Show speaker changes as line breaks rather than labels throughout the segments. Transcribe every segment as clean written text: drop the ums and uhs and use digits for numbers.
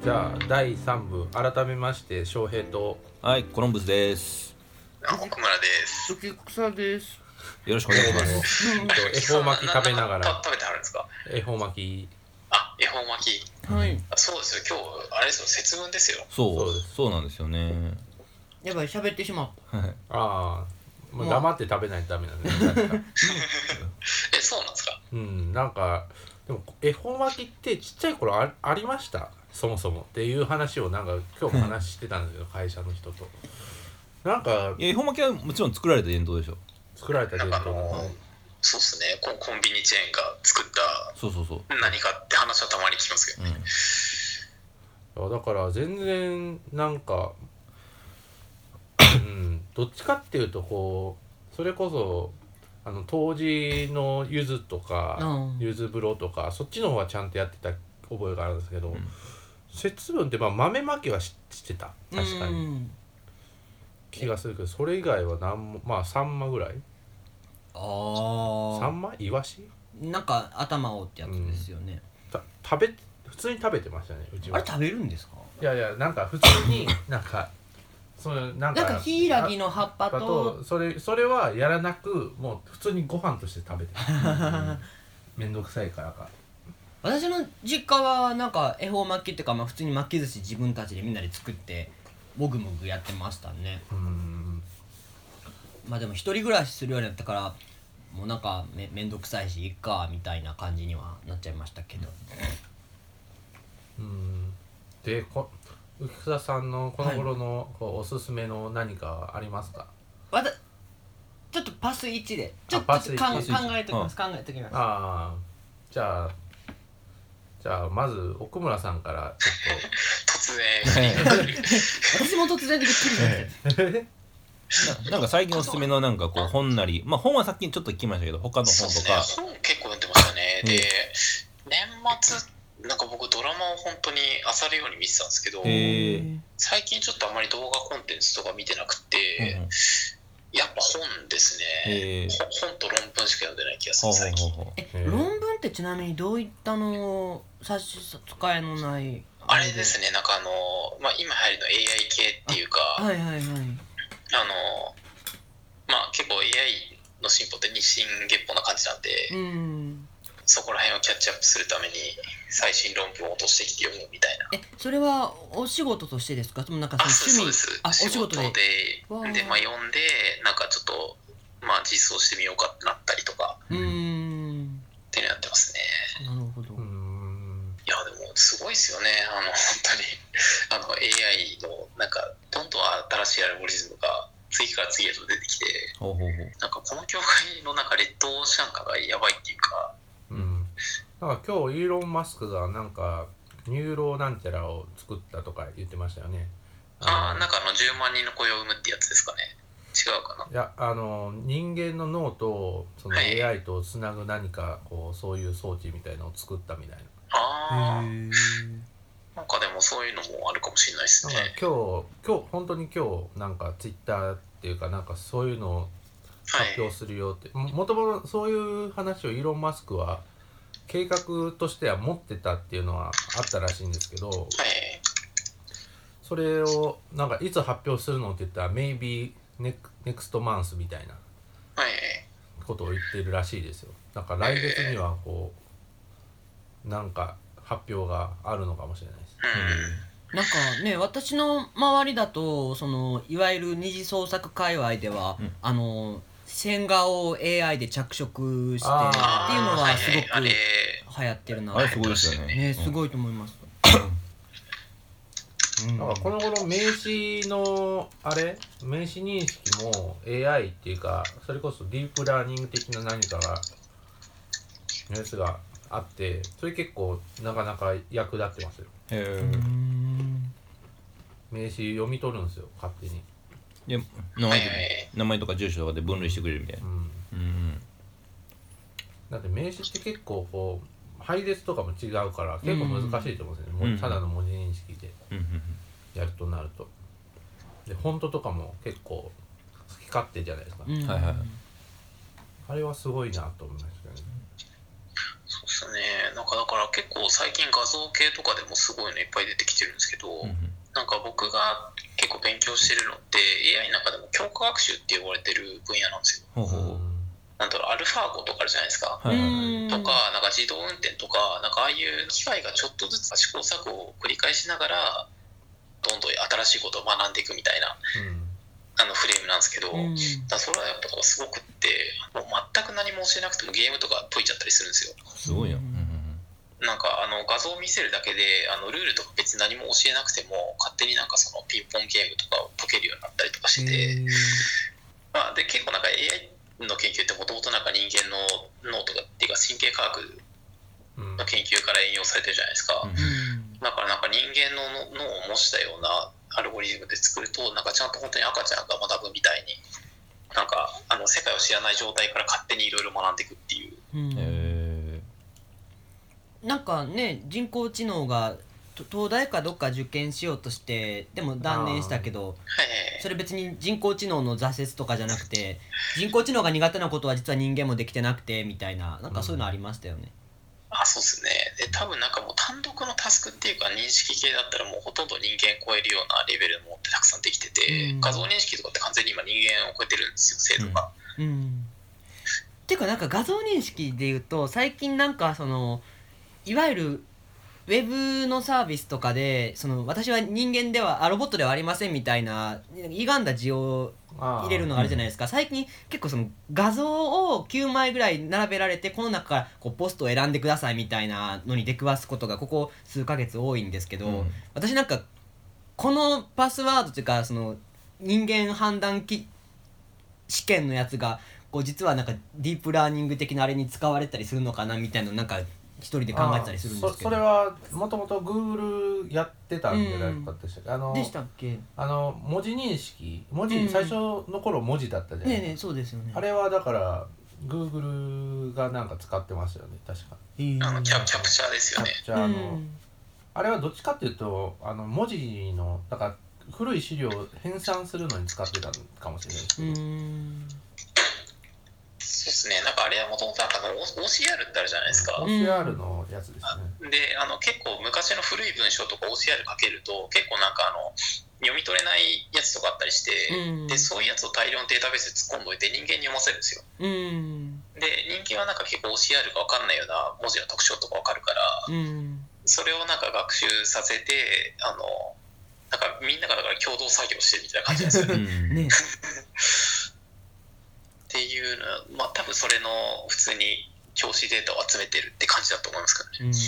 じゃあ第3部改めまして翔平と
はいコロンブスです。
奥村です。
時草です。
よろしくお願いします。
恵方巻き食べながら
食べてはるんですか？
恵方巻き。
恵方巻き。
はい。
そうですよ。今日あれですよ、節分ですよ。
そうなんですよね。
やばい、喋ってしまった。
ああ、まあ、黙って食べないとダメなんだね。確か
そうなんですか？
なんかでも恵方巻きってちっちゃい頃ありましたそもそもっていう話をなんか今日も話してたんですけど会社の人となんか
恵方巻きはもちろん作られた伝統でしょ。
作られた伝統の
そうですね。コンビニチェーンが作った
そう
何かって話はたまに聞きますけどね。
だから全然なんかどっちかっていうとこうそれこそ当時のゆずとかゆず風呂とかそっちの方はちゃんとやってた覚えがあるんですけど、節分ってまあ豆まきはしてた確かに気がするけど、それ以外はまあサンマぐらい。サンマイワシ
なんか頭をってやつですよね。
普通に食べてましたねうちは。
あれ食べるんですか？
いやなんか普通になんかなんか
ヒイラギの葉っぱと
それはやらなくもう普通にご飯として食べてるめんどくさいからか。
私の実家はなんか恵方巻きっていうか、まあ普通に巻き寿司自分たちでみんなで作ってもぐもぐやってましたね。まあでも一人暮らしするようになったからもうなんかめんどくさいしいっかみたいな感じにはなっちゃいましたけど。
で浮草さんのこの頃のおすすめの何かありますか？
ちょっとパス1でちょっと考えときます。
じゃあまず奥村さんからちょ
突然
私も突然でびっくりしました
なんか最近おすすめのなんかこう本なり、まあ本はさっきちょっと聞きましたけど他の本とか。
そうですね、本結構読んでましたね。で年末なんか僕ドラマを本当に漁るように見てたんですけど、最近ちょっとあまり動画コンテンツとか見てなくて、やっぱ本ですね。本と論文しか読んでない気がする最近。
論文ってちなみにどういったの差し支えのない
あれですね、なんかまあ、今流行りの AI 系っていうか、まあ結構 AI の進歩って日進月歩な感じなんで、そこら辺をキャッチアップするために最新論文を落としてきて読むみたいな。
それはお仕事としてですか？なんか
その趣味？そうです。仕事でまあ、読んでなんかちょっとまあ実装してみようかってなったりとかっていうのやってますね。
なるほど。
いやでもすごいですよね。本当にAI のなんかどんどん新しいアルゴリズムが次から次へと出てきて、なんかこの業界のなんかレッドオーシャン化がやばいっていうか。
なんか今日イーロン・マスクがなんかニューロなんちゃらを作ったとか言ってましたよね。
なんか10万人の雇用を生むってやつですかね。違うかな。
いや人間の脳とその AI とつなぐ何かこうそういう装置みたいなのを作ったみたいな。
なんかでもそういうのもあるかもしれないですね。
なんか今日本当に今日なんかツイッターっていうかなんかそういうのを発表するよって、もともとそういう話をイーロン・マスクは計画としては持ってたっていうのはあったらしいんですけど、それをなんかいつ発表するのって言ったら maybe next month みたいなことを言ってるらしいですよ。なんか来月にはこうなんか発表があるのかもしれないです。
なんかね、私の周りだといわゆる二次創作界隈では、線画を AI で着色してっていうのはすごく流行ってるな。
あれすごいですよね。
すごいと思います。
なんかこの頃名刺の名刺認識も AI っていうかそれこそディープラーニング的な何かがのやつがあってそれ結構なかなか役立ってますよ。名刺読み取るんですよ勝手に。
名前とか住所とかで分類してくれるみたいな。
だって名刺って結構こう配列とかも違うから結構難しいと思うんですよね。ただの文字認識でやるとなると。でフォントとかも結構好き勝手じゃないですか。あれはすごいなと思いましたね。
そうですね。なんかだから結構最近画像系とかでもすごいのいっぱい出てきてるんですけど、なんか僕が結構勉強してるのって AI の中でも強化学習って呼ばれてる分野なんですよ。なんだろう、アルファーゴとかあるじゃないですか、とかなんか自動運転とかなんかああいう機械がちょっとずつ試行錯誤を繰り返しながらどんどん新しいことを学んでいくみたいな、フレームなんですけど、だそれはやっぱすごくってもう全く何も教えなくてもゲームとか解いちゃったりするんですよ。
すごいよ。
なんか画像を見せるだけでルールとか別に何も教えなくても勝手になんかそのピンポンゲームとかを解けるようになったりとかしてて、で結構なんか AI の研究ってもともとなんか人間の脳とかっていうか神経科学の研究から引用されてるじゃないですか。だからなんか人間の脳を模したようなアルゴリズムで作るとなんかちゃんと本当に赤ちゃんが学ぶみたいになんか世界を知らない状態から勝手にいろいろ学んでいくっていう、
なんかね人工知能が東大かどっか受験しようとしてでも断念したけど、それ別に人工知能の挫折とかじゃなくて人工知能が苦手なことは実は人間もできてなくてみたいな、なんかそういうのありましたよね。
そうですね。で多分なんかもう単独のタスクっていうか認識系だったらもうほとんど人間超えるようなレベルのものってたくさんできてて、画像認識とかって完全に今人間を超えてるんですよ、精度が。
っていうかなんか画像認識でいうと最近なんかそのいわゆるウェブのサービスとかでその私は人間ではロボットではありませんみたいな歪んだ字を入れるのがあるじゃないですか。最近結構その画像を9枚ぐらい並べられてこの中からこうポストを選んでくださいみたいなのに出くわすことがここ数ヶ月多いんですけど、私なんかこのパスワードというかその人間判断試験のやつがこう実はなんかディープラーニング的なあれに使われたりするのかなみたいななんか一人で考えてたりするんですけど、
それはもともと Google やってたんじゃないかでしたっけ、
でしたっけ。
文字認識最初の頃文字だったじゃないですか。
そうですよね。
あれはだから Google がなんか使ってましたよね確か。
キャプチャーですよね。
キャプチャーあれはどっちかっていうと文字のだから古い資料を編纂するのに使ってたかもしれないですけど。
そうですね。なんかあれはもともとOCR ってあるじゃないですか。
OCR のやつですね。
で結構昔の古い文章とか OCR かけると結構なんか読み取れないやつとかあったりして、でそういうやつを大量のデータベースで突っ込んどいて人間に読ませるんですよ。で人間はなんか結構 OCR が分かんないような文字の特徴とか分かるから、それをなんか学習させてなんかみんながだから共同作業してるみたいな感じなんですよね。っていうのは、多分それの普通に教師データを集めてるって感じだと思いますからね。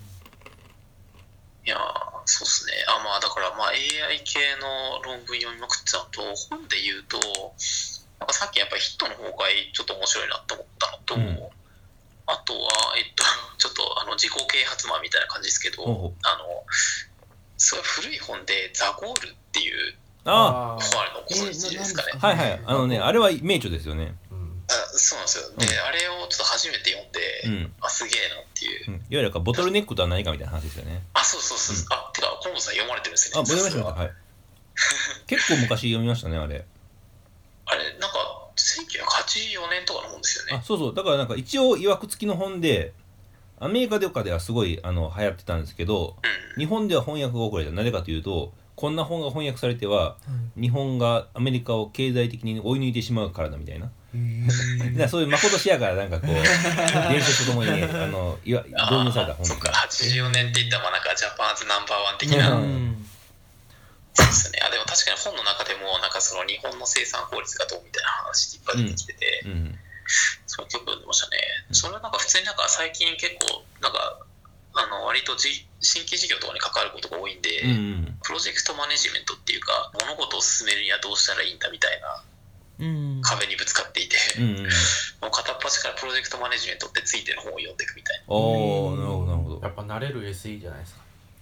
いやそうですね。だからAI 系の論文読みまくってたのと、本で言うとなんかさっきやっぱりヒットの崩壊ちょっと面白いなと思ったのと、あとはちょっと自己啓発マンみたいな感じですけど、すごい古い本でザゴールっていう本あるのご存知ですかね。
はいはい、あれは名著ですよね。
そうなんですよ。で、あれをちょっと初めて読んで、すげえなっていう。
いわゆるボトルネックとは何かみたいな話ですよね。
そうそうそう。てか河本さん読まれてるんですね。
読みました。はい。結構昔読みましたねあれ。
あれなんか1984年とかの本ですよね。
そうそうだからなんか一応曰く付きの本で。アメリカとかではすごい流行ってたんですけど、日本では翻訳が遅れた。なぜかというとこんな本が翻訳されては、日本がアメリカを経済的に追い抜いてしまうからだみたいな。そういうまことしやからなんかこう伝説とともにね導入された本
そっか84年って言ったらなんかジャパンズナンバーワン的な、そうですね。でも確かに本の中でもなんかその日本の生産効率がどうみたいな話いっぱい出てきてて、それ結構読んでましたね。それはなんか普通になんか最近結構なんか割と新規事業とかに関わることが多いんで、プロジェクトマネジメントっていうか物事を進めるにはどうしたらいいんだみたいな壁にぶつかっていて、もう片っ端からプロジェクトマネジメントってついてる本を読んでいくみたいな。
なるほどなるほど。
やっぱ慣れる SE じゃないですか。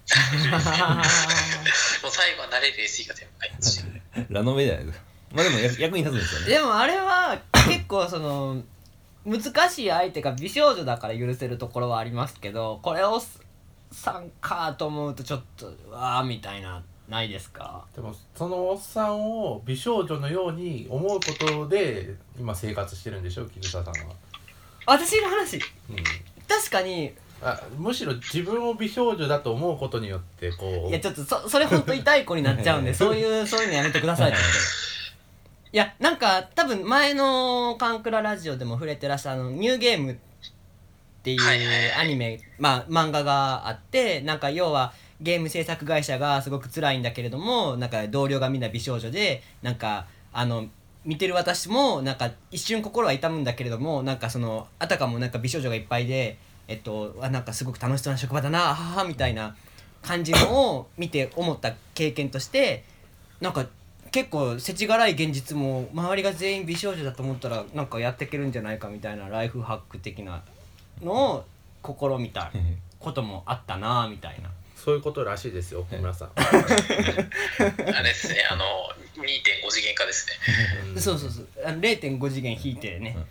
もう最後は慣れる SE が全部書いてるし
ラノベじゃないですか。でも役に立つんですよね。
でもあれは結構その難しい相手が美少女だから許せるところはありますけど、これを参加と思うとちょっとわーみたいなないですか。
でもそのおっさんを美少女のように思うことで今生活してるんでしょ、菊田さんは。
私の話、確かに
むしろ自分を美少女だと思うことによってこう
いやちょっとそれ本当痛い子になっちゃうんでそういうのやめてくださいっていやなんか多分前のカンクララジオでも触れてらっしゃるニューゲームっていうアニメ、漫画があってなんか要はゲーム制作会社がすごく辛いんだけれどもなんか同僚がみんな美少女でなんか見てる私もなんか一瞬心は痛むんだけれどもなんかあたかもなんか美少女がいっぱいでなんかすごく楽しそうな職場だなははみたいな感じのを見て思った経験としてなんか結構世知辛い現実も周りが全員美少女だと思ったらなんかやっていけるんじゃないかみたいなライフハック的なのを試みたこともあったなみたいな
そういうことらしいですよ小村さん
あれですね2.5 次元化ですね
そう0.5 次元引いてね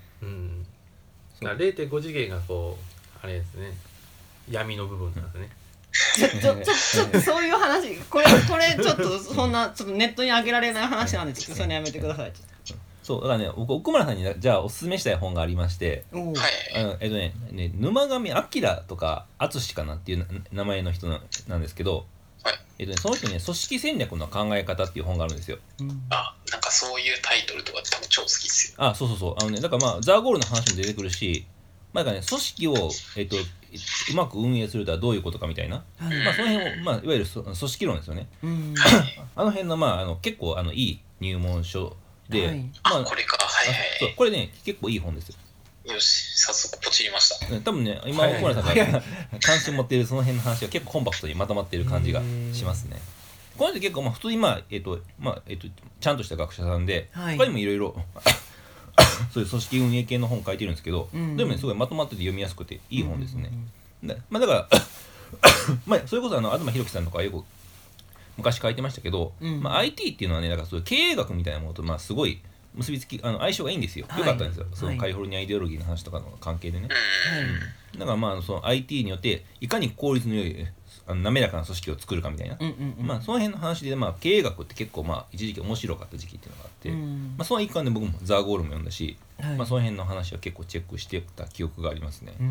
0.5 次元がこうあれですね闇の部分なんですね
ちょっとそういう話これちょっとそんなちょっとネットに上げられない話なんでちょっとそういうのやめてください
そうだからね僕奥村さんにじゃあおすすめしたい本がありまして沼上彰とか淳かなっていう名前の人なんですけどその人ね組織戦略の考え方っていう本があるんですよ、
なんかそういうタイトルとか多分超好きですよ
そうだからザーゴールの話も出てくるしなんかね組織をうまく運営するとはどういうことかみたいな、その辺をいわゆる組織論ですよね、あの辺の結構いい入門書で、
これか
そうこれね結構いい本ですよ
よし早速ポチりました
多分ね今奥村さんが関心持っているその辺の話が結構コンパクトにまとまっている感じがしますねこの人結構普通にちゃんとした学者さんで、他にもいろいろそういう組織運営系の本書いてるんですけど、でもねすごいまとまってて読みやすくていい本ですね、だからそれこそ東博樹さんとかよく昔書いてましたけど、IT っていうのはねだからそういう経営学みたいなものとすごい結びつき相性がいいんですよ、よかったんですよ、そのカリフォルニアイデオロギーの話とかの関係でね、だからその IT によっていかに効率の良い滑らかな組織を作るかみたいな、その辺の話で、経営学って結構一時期面白かった時期っていうのがあって、その一環で僕もザーゴールも読んだし、その辺の話は結構チェックしてた記憶がありますね。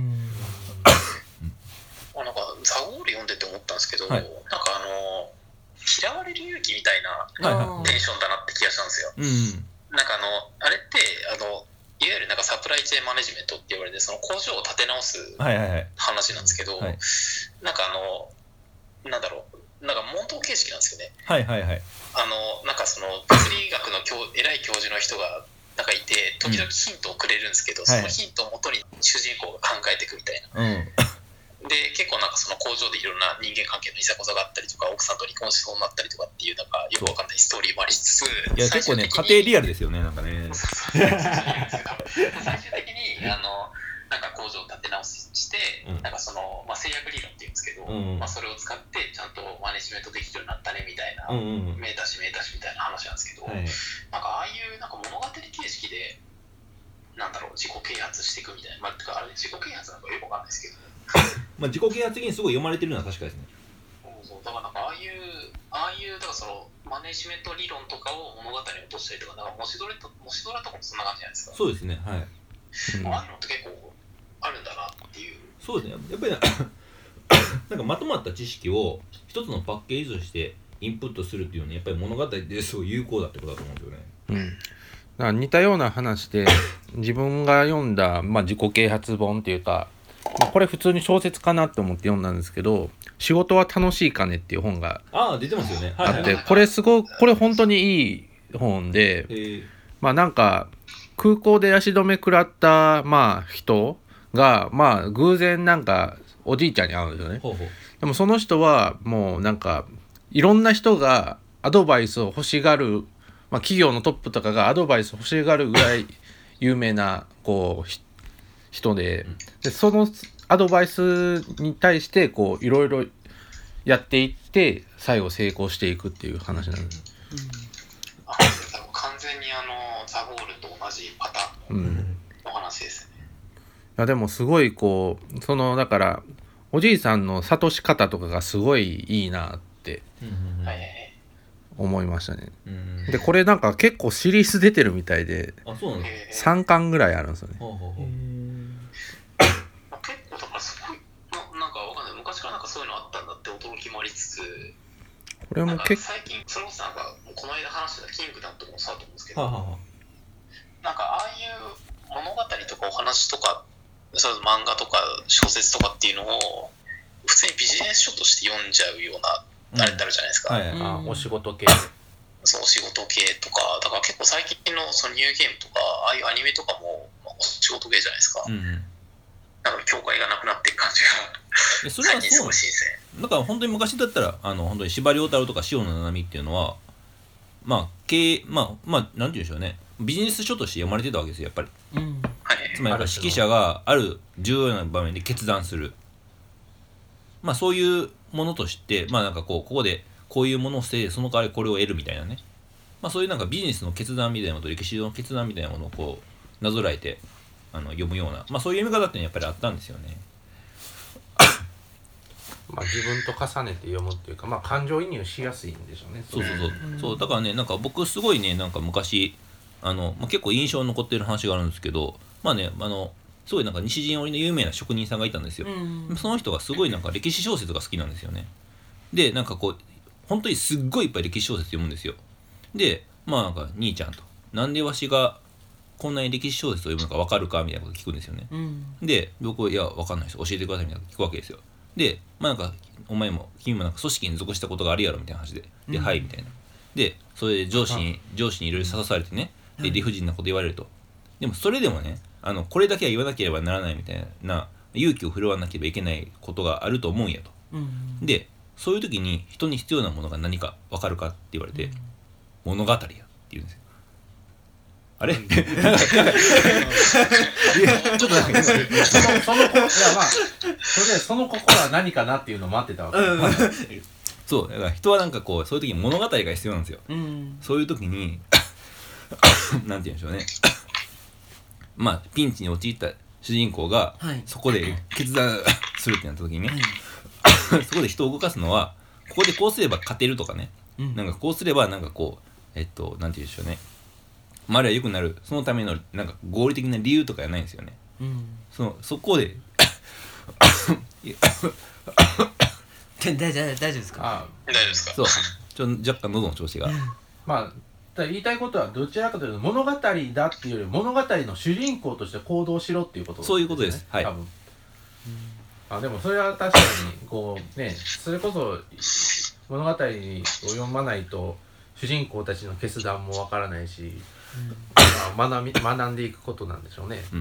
なんかザゴール読んでて思ったんですけど、なんか嫌われる勇気みたいなテンションだなって気がしたんですよ。なんかあれっていわゆるなんかサプライチェーンマネジメントって言われてその工場を立て直す話なんですけど、なんかなんだろうなんか問答形式なんですよね。なんかその物理学の偉い教授の人がなんかいて時々ヒントをくれるんですけど、そのヒントをもとに主人公が考えていくみたいな。で結構なんかその工場でいろんな人間関係のいざこざがあったりとか奥さんと離婚しそうになったりとかっていうなんかよくわかんないストーリーもありつつ、
いや結構ね家庭リアルですよねなんかね。
最終的になんか工場を立て直して、なんかその制約理論っていうんですけど、それを使ってちゃんとマネジメントできるようになったねみたいな、名たしみたいな話なんですけど、なんかああいうなんか物語形式でなんだろう自己啓発していくみたいな、てかあれ自己啓発なんかよくわかんないですけど。
自己啓発的にすごい読まれてるのは確かですね。
そうだからなんかああいうだからそのマネジメント理論とかを物語に落としたりとか、なんか模試ドラとかもそんな感じじゃないですか。
そうですね、はい。
ああいうのって結構あるんだなっていう。
そうですね。やっぱりなんかまとまった知識を一つのパッケージとしてインプットするっていうのはやっぱり物語ですごい有効だってことだと思うんですよね。
だから似たような話で自分が読んだ自己啓発本っていうか。これ普通に小説かなって思って読んだんですけど「仕事は楽しいかね」っていう本が
出てますよね。
あってこれ本当にいい本でなんか空港で足止め食らった人が偶然なんかおじいちゃんに会うんですよね。でもその人はもうなんかいろんな人がアドバイスを欲しがる、企業のトップとかがアドバイスを欲しがるぐらい有名な人でそのアドバイスに対していろいろやっていって最後成功していくっていう話なんです。
完全にザゴールと同じパターンの話ですね。
いやでもすごいだからおじいさんの諭し方とかがすごいいいなって思いましたね。でこれなんか結構シリーズ出てるみたいで3巻ぐらいあるんですよね。
結構だからすごいそういうのあったんだって驚きもありつつ、
これも結構
最近それこそこの間話してたキングダムとかもそうだと思うんですけど、
はあはあ、
なんかああいう物語とかお話とか、そういう漫画とか小説とかっていうのを普通にビジネス書として読んじゃうようなあれってあるじゃないですか、
はいはい、
お仕事系、
そうお仕事系とか、だから結構最近のそのニューゲームとかああいうアニメとかも、お仕事系じゃないですか、
うんうん、
なんか境界がなくなっていく感じが
それは
最近すごいしいですね。
だから本当に昔だったら本当に司馬遼太郎とか塩野七海っていうのはまあなんて言うんでしょうね、ビジネス書として読まれてたわけですよやっぱり、
うん、
つまり指揮者がある重要な場面で決断する、まあそういうものとして、まあなんかここでこういうものを捨てその代わりこれを得るみたいなね、まあそういうなんかビジネスの決断みたいなものと歴史の決断みたいなものをこうなぞらえて読むような、まあそういう読み方っていうのはやっぱりあったんですよね。
まあ自分と重ねて読むっていうか、まあ感情移入しやすいんでしょうね。
そうだからね、なんか僕すごいね、なんか昔結構印象に残ってる話があるんですけど、まあねすごいなんか西陣織の有名な職人さんがいたんですよ、その人がすごいなんか歴史小説が好きなんですよね。でなんかこう本当にすっごいいっぱい歴史小説読むんですよ。でまあなんか兄ちゃんとなんでわしがこんなに歴史小説を読むのか分かるかみたいなこと聞くんですよね、で僕いや分かんないです教えてくださいみたいなこと聞くわけですよ。でまあなんか君もなんか組織に属したことがあるやろみたいな話ではいみたいな。でそれで上司にいろいろ諭されてね、で理不尽なこと言われると。でもそれでもねこれだけは言わなければならないみたいな勇気を振るわなければいけないことがあると思うんやと、でそういう時に人に必要なものが何か分かるかって言われて、物語やって言うんですよ。あれ、ちょっとなんか
その心は何かなっていうのを待ってたわけ、
そうだから人はなんかこうそういう時に物語が必要なんですよ、そういう時になんて言うんでしょうねまあピンチに陥った主人公がそこで決断するってなった時にね、そこで人を動かすのはここでこうすれば勝てるとかね、なんかこうすればなんかこうなんて言うんでしょうね、周りは良くなるそのためのなんか合理的な理由とかじゃないんですよね、そこで
大丈夫ですか？
大丈夫ですか？
そう若干喉の調子が
まあ言いたいことはどちらかというと物語だっていうより物語の主人公として行動しろっていうことですね。
そういうことです、はい、
多分、でもそれは確かにこうねそれこそ物語を読まないと主人公たちの決断もわからないし、学んでいくことなんでしょうね。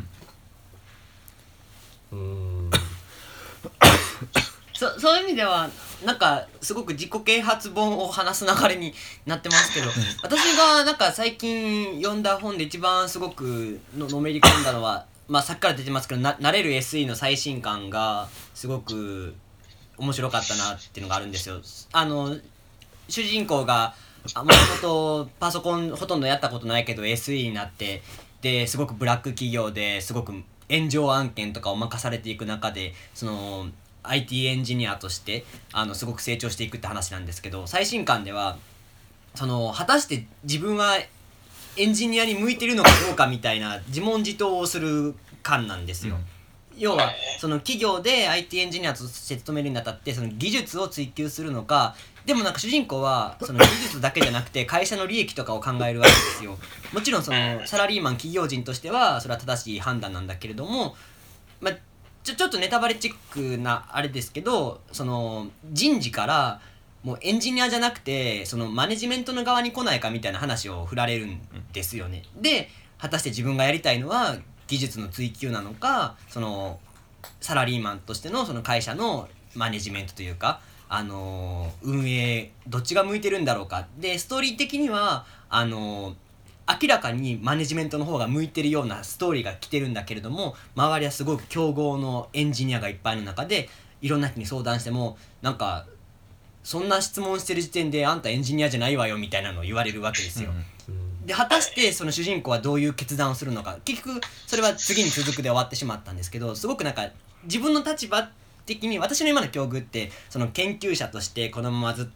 そういう意味ではなんかすごく自己啓発本を話す流れになってますけど私がなんか最近読んだ本で一番すごくのめり込んだのは、まあさっきから出てますけどなれる SE の最新刊がすごく面白かったなっていうのがあるんですよ。主人公がもともとパソコンほとんどやったことないけど SE になってですごくブラック企業ですごく炎上案件とかを任されていく中でそのIT エンジニアとしてすごく成長していくって話なんですけど、最新刊では果たして自分はエンジニアに向いてるのかどうかみたいな自問自答をする刊なんですよ、要はその企業で IT エンジニアとして勤めるにあたってその技術を追求するのか、でもなんか主人公はその技術だけじゃなくて会社の利益とかを考えるわけですよ。もちろんそのサラリーマン企業人としてはそれは正しい判断なんだけれども、ちょっとネタバレチックなあれですけど、その人事からもうエンジニアじゃなくてそのマネジメントの側に来ないかみたいな話を振られるんですよね。で果たして自分がやりたいのは技術の追求なのか、そのサラリーマンとしてのその会社のマネジメントというか運営どっちが向いてるんだろうか。でストーリー的には明らかにマネジメントの方が向いてるようなストーリーが来てるんだけれども、周りはすごく強豪のエンジニアがいっぱいの中でいろんな人に相談してもなんかそんな質問してる時点であんたエンジニアじゃないわよみたいなのを言われるわけですよ、で果たしてその主人公はどういう決断をするのか、結局それは次に続くで終わってしまったんですけど、すごくなんか自分の立場的に私の今の境遇ってその研究者としてこのままずっと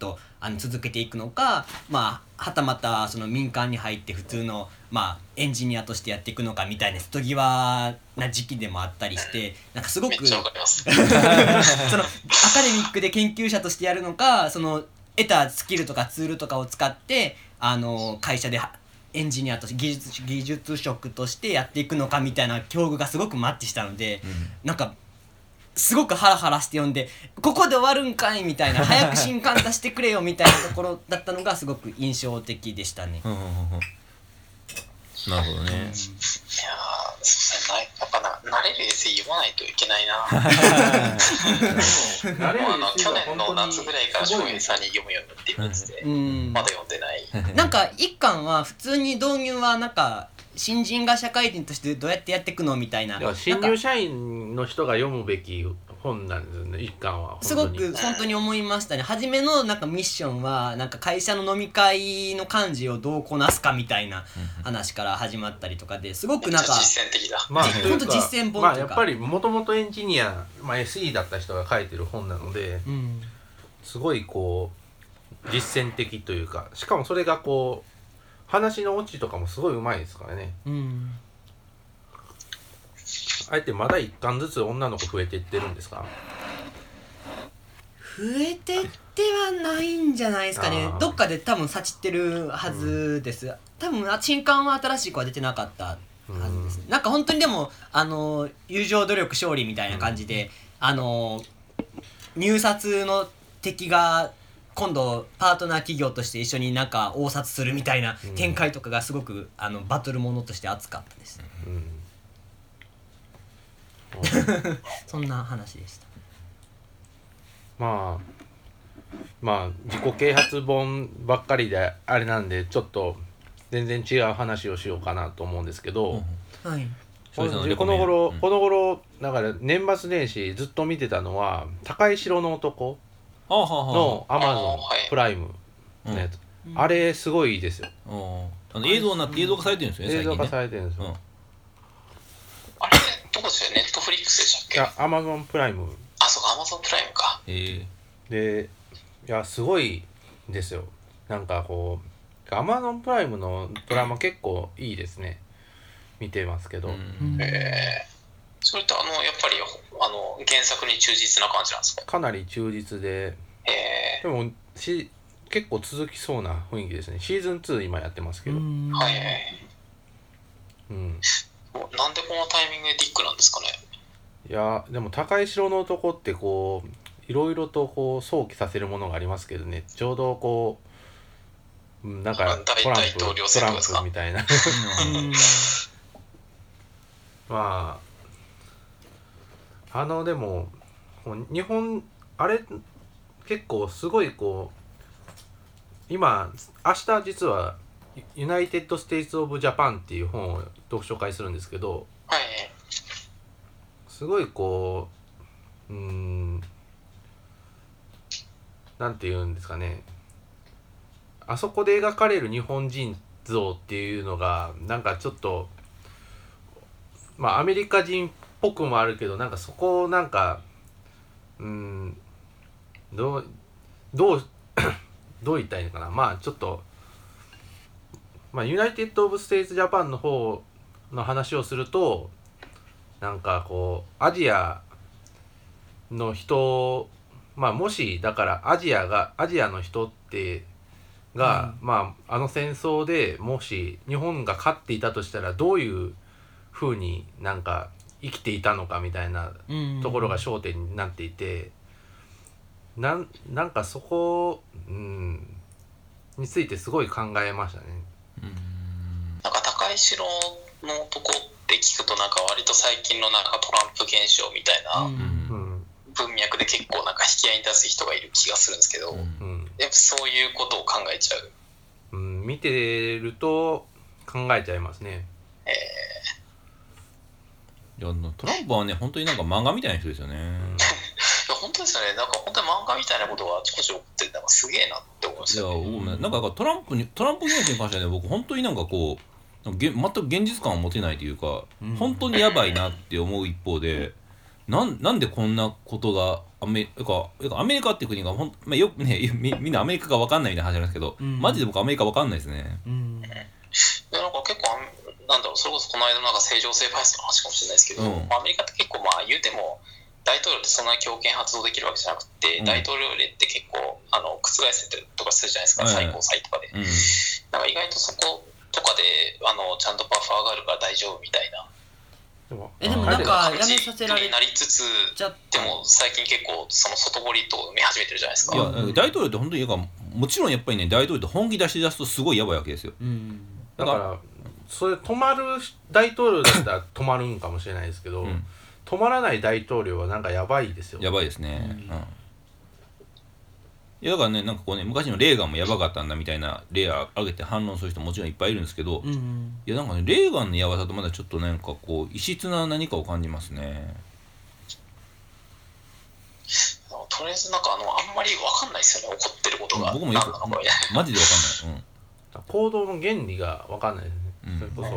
続けていくのか、まあ、はたまたその民間に入って普通の、まあ、エンジニアとしてやっていくのかみたいな瀬戸際な時期でもあったりしてなんかすごくそのアカデミックで研究者としてやるのかその得たスキルとかツールとかを使って会社でエンジニアとして技術職としてやっていくのかみたいな境遇がすごくマッチしたので、なんかすごくハラハラして読んでここで終わるんかいみたいな早く新刊出してくれよみたいなところだったのがすごく印象的でしたね。
なるほどね。
いやそうやっぱ慣れるエッセイ読まないといけないな。去年の夏ぐらいから翔平さんに読むようになっているんですね。まだ読んでない。
なんか一巻は普通に導入はなんか新人が社会人としてどうやってやっていくのみたいな。
新入社員の人が読むべき本なんですよね。一巻は
すごく本当に思いましたね。初めのなんかミッションはなんか会社の飲み会の幹事をどうこなすかみたいな話から始まったりとかですごくなんか
実践的だ。
まあ
本当実践本というか、
まあやっぱりもともとエンジニア、SE だった人が書いてる本なので、すごいこう実践的というか、しかもそれがこう話のオチとかもすごいうまいですからね。あえてまだ1巻ずつ女の子増えていってるんですか？
増えてってはないんじゃないですかね。どっかで多分さちってるはずです、多分新刊は新しい子は出てなかったはずです、なんか本当にでも友情努力勝利みたいな感じで、入札の敵が今度パートナー企業として一緒になんか応札するみたいな展開とかがすごくバトルものとして熱かったです、そんな話でした。
まあ自己啓発本ばっかりであれなんでちょっと全然違う話をしようかなと思うんですけど、この頃だから年末年始ずっと見てたのは高い城の男の Amazon プライムのやつ、あれすごいいいですよ。
映像になって映像化されてるんですよね。
映像化されてるんですよ。
あれどこですよ？ネットフリックスでしたっけ？
いや Amazon プライム。
あ、そうか Amazon プライムか。
でいやすごいですよ。なんかこう Amazon プライムのドラマ結構いいですね。見てますけど。
それってやっぱり原作に忠実な感じなんですか？
かなり忠実で、でも結構続きそうな雰囲気ですね。シーズン2今やってますけど。なんで
このタイミングでディックなんですかね。
いやでも高い城の男ってこういろいろとこう想起させるものがありますけどね、ちょうどこうなんかトランプみたいなまあでも日本あれ結構すごいこう今明日実はユナイテッド・ステイツ・オブ・ジャパンっていう本を読書会するんですけど、すごいこうなんて言うんですかね、あそこで描かれる日本人像っていうのがなんかちょっとアメリカ人っぽくもあるけど、なんかそこをなんかどう言ったらいいのかな、ちょっとユナイテッド・オブ・ステイツ・ジャパンの方の話をすると、なんかこうアジアの人、もしだからアジアの人ってが、あの戦争でもし日本が勝っていたとしたらどういう風になんか生きていたのかみたいなところが焦点になっていて、なんかそこ、についてすごい考えましたね。
なんか高い城のとこって聞くとなんか割と最近のなんかトランプ現象みたいな文脈で結構なんか引き合いに出す人がいる気がするんですけど、やっぱそういうことを考えちゃう。
見てると考えちゃいますね。
いやトランプはね本当になんか漫画みたいな人ですよね。
いや本当ですよね。なんか本当に漫画みたいなことがあちこち起こってなんかすげえなって思いましたね。
いやなんかトランプ現象に関してはね、僕本当になんかこう全く現実感を持てないというか、本当にやばいなって思う一方で、 なんでこんなことがアメリカっていう国がよくねみんなアメリカが分かんないみたいな話なんですけど、マジで僕アメリカ分かんないですね。
なんか結構なんだろう、それこそこの間のなんか正常性バイアスの話かもしれないですけど、アメリカって結構言うても大統領ってそんなに強権発動できるわけじゃなくて、大統領令って結構覆せてるとかするじゃないですか、最高裁とかで、なんか意外とそことかでちゃんとバッファーがあるから大丈夫みたいな。
でもなんかやめさせられ
なりつつでも最近結構その外堀と見始めてるじゃないですか。
いや大統領って本当にもちろんやっぱりね、大統領って本気出し出すとすごいやばいわけですよ。
だからそれ止まる大統領だったら止まるんかもしれないですけど、止まらない大統領はなんかやばいですよ。
やばいですね。いやだからね、なんかこうね、昔のレーガンもやばかったんだみたいな例を挙げて反論する人もちろんいっぱいいるんですけど、いやなんかね、レーガンのやばさとまだちょっとなんかこう異質な何かを感じますね。
とりあえずなんかあんまり分かんないですよね、起こってることが。
僕もよくマジで分かんない。
行動の原理が分かんないですね。それこ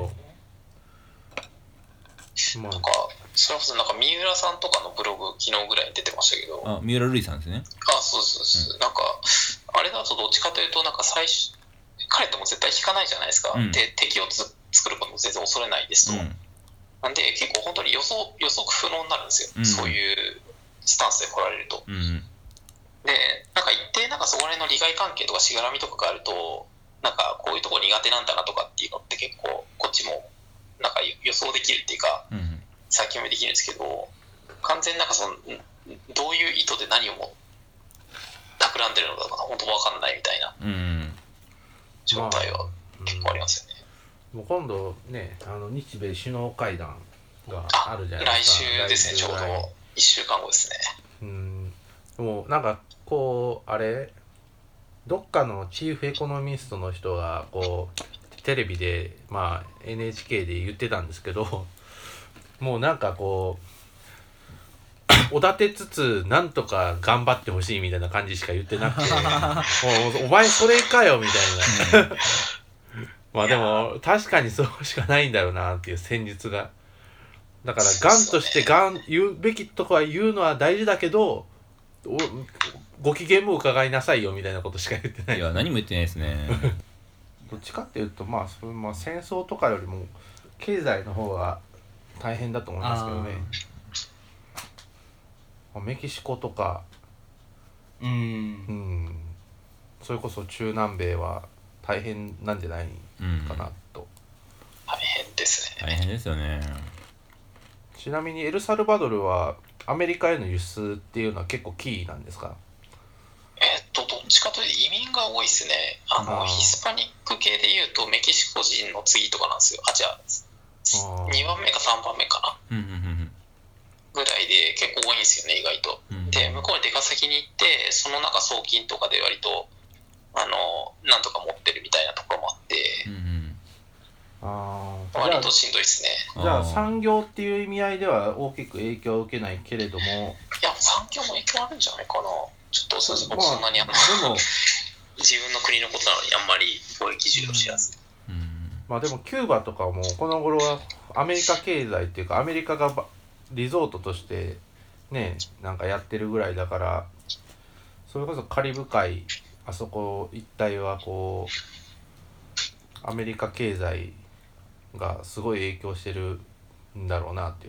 そ、
なんかそれこそなんか三浦さんとかのブログ昨日ぐらいに出てましたけど、
三浦瑠麗さんですね。
そうです、なんかあれだとどっちかというとなんか彼っても絶対引かないじゃないですか、で敵を作ることも全然恐れないですと、なんで結構本当に予測不能になるんですよ、そういうスタンスで来られると、でなんか一定なんかそこら辺の利害関係とかしがらみとかがあると、なんかこういうとこ苦手なんだなとかっていうのって結構こっちもなんか予想できるっていうか、先読みできるんですけど、完全になんかどういう意図で何を企んでるのか本当分かんないみたいな状態は結構ありますよね。
もう今度ね、日米首脳会談があるじゃないですか。
来週ですね、ちょうど1週間後ですね。
もうなんかこうどっかのチーフエコノミストの人がこうテレビでNHK で言ってたんですけど、もうなんかこうおだてつつなんとか頑張ってほしいみたいな感じしか言ってなくてもうお前それかよみたいなでも確かにそうしかないんだろうなっていう戦術が。だからガンとして言うべきとこは言うのは大事だけど、ご機嫌も伺いなさいよみたいなことしか言ってない。
いや何も言ってないですね
どっちかっていうと戦争とかよりも経済の方が大変だと思いますけどね。メキシコとかそれこそ中南米は大変なんじゃないかなと。
大変ですね。
大変ですよね。
ちなみにエルサルバドルはアメリカへの輸出っていうのは結構キーなんですか？
どっちかというと移民が多いですね。ヒスパニック系でいうとメキシコ人の次とかなんですよ。じゃあ2番目か3番目かな、ぐらいで結構多いんですよね、意外と。で向こうに出稼ぎに行ってその中送金とかで割となんとか持ってるみたいなところもあって、割としんどいですね。
じゃあ産業っていう意味合いでは大きく影響を受けないけれども、
いや産業も影響あるんじゃないかな。ちょっと僕そんなにでも自分の国のことなのにあんまり貿易重要しやすい。
でもキューバとかもこの頃はアメリカ経済っていうかアメリカがリゾートとしてねなんかやってるぐらいだから、それこそカリブ海あそこ一帯はこうアメリカ経済がすごい影響してるんだろうなっていう。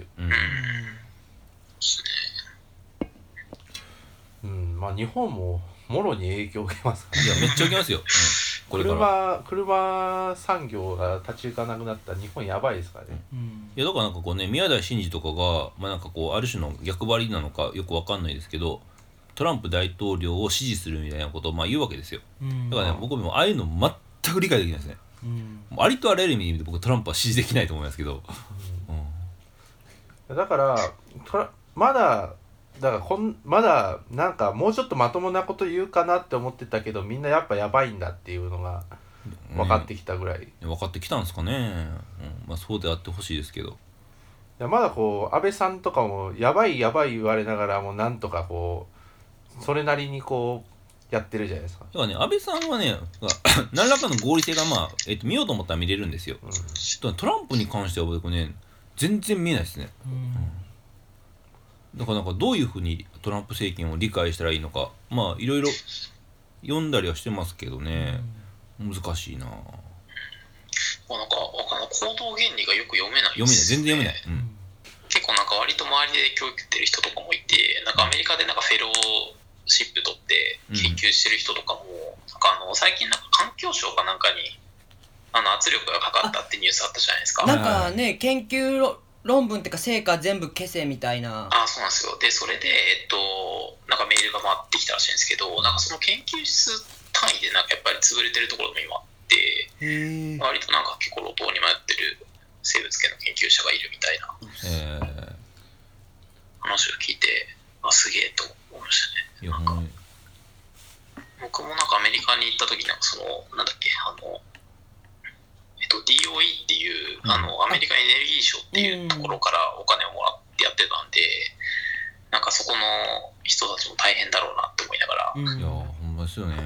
日本ももろに影響を受けますから
ね。いやめっちゃ受けますよ。これから
車産業が立ち行かなくなったら日本やばいですからね。
いやだからなんかこうね、宮台真司とかがなんかこうある種の逆張りなのかよくわかんないですけど、トランプ大統領を支持するみたいなことを言うわけですよ。だからね、僕もああいうの全く理解できないですね。ありとあらゆる意味で僕トランプは支持できないと思いますけど、
だからまだなんかもうちょっとまともなこと言うかなって思ってたけど、みんなやっぱやばいんだっていうのが分かってきたぐらい、
分かってきたんですかね。そうであってほしいですけど、
いやまだこう安倍さんとかもやばいやばい言われながらもなんとかこうそれなりにこうやってるじゃないですか。
だからね、安倍さんはね何らかの合理性が見ようと思ったら見れるんですよ。トランプに関しては僕ね全然見えないですね。 だからなんかどういうふうにトランプ政権を理解したらいいのか、まあいろいろ読んだりはしてますけどね、難しいな。
なんか行動原理がよく読めない
ですね。全然読めない、
結構なんか割と周りで教育受けてる人とかもいて、なんかアメリカでなんかフェローシップ取って研究してる人とかも、なんか最近なんか環境省かなんかに圧力がかかったってニュースあったじゃないですか。
なんかね、研究論文っていうか成果全部消せみたいな。
そうなんですよ。でそれでなんかメールが回ってきたらしいんですけど、なんかその研究室単位でなんかやっぱり潰れてるところも今あって、割となんか結構路頭に迷ってる生物系の研究者がいるみたいな話を聞いて、すげえと思いましたね。なんか僕もなんかアメリカに行った時なんかなんだっけDOE っていうアメリカエネルギー省っていうところからお金をもらってやってたんで、なんかそこの人たちも大変だろうなって思いながら、
いやほんまですよね。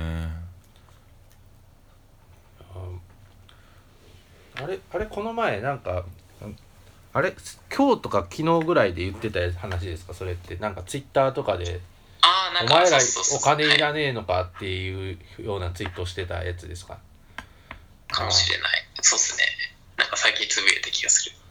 あれこの前なんかあれ今日とか昨日ぐらいで言ってた話ですか、それって。なんかツイッターとかで
なんか
お前らお金いらねえのかっていうようなツイートをしてたやつですか。
かもしれない。そうっすね。なんか最近つぶやいた気がする。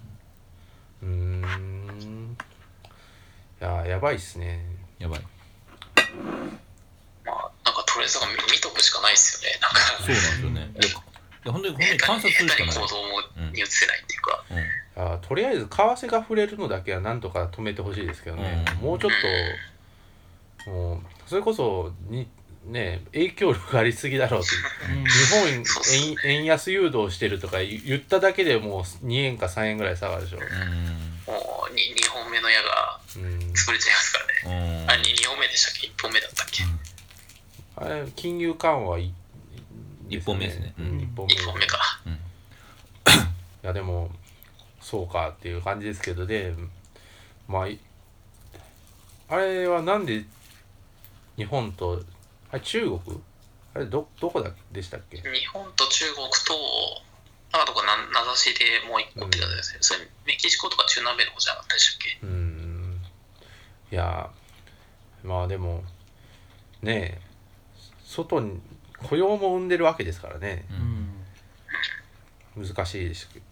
いややばいっすね。
やばい。
まあなんかとりあえず見とくしかないっすよね。なんか
そうなんですよね。いや本当に観察するしかない。
行動に移せないっていうか。
とりあえず為替が触れるのだけはなんとか止めてほしいですけどね。もうちょっともうそれこそにね影響力がありすぎだろうって日本円安誘導してるとか言っただけでもう2円か3円ぐらい下がるでしょ。
もう 2本目の矢が潰れちゃいますからね。2本目でしたっけ、1本目だったっけ。
あれ金融緩和1
本目ですね。
1本目か。
いやでもそうかっていう感じですけど、でまああれはなんで日本と中国あれどこでしたっけ。
日本と中国となんかどこ名指しでもう一個ってたんですね。それメキシコとか中南米の方じゃなかったでしたっけ。
いやまあでもね外に雇用も生んでるわけですからね、難しいですけ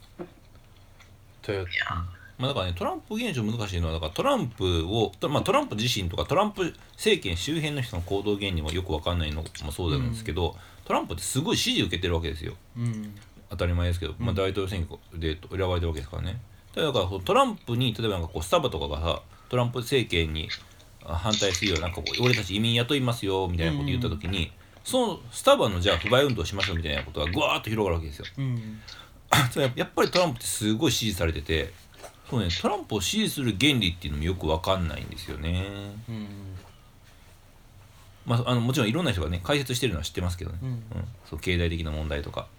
ど。
まあだからね、トランプ現象難しいのはだからトランプ自身とかトランプ政権周辺の人の行動原理もよく分かんないのもそうなんですけど、トランプってすごい支持受けてるわけですよ、当たり前ですけど、大統領選挙で選ばれてるわけですからね。だからトランプに例えばなんかスタバとかがさトランプ政権に反対するようなんか俺たち移民雇いますよみたいなこと言った時に、そのスタバのじゃあ不買運動しましょうみたいなことがぐわーっと広がるわけですよ。やっぱりトランプってすごい支持されてて、そうね、トランプを支持する原理っていうのもよく分かんないんですよね。もちろんいろんな人がね解説してるのは知ってますけどね、そう経済的な問題とか。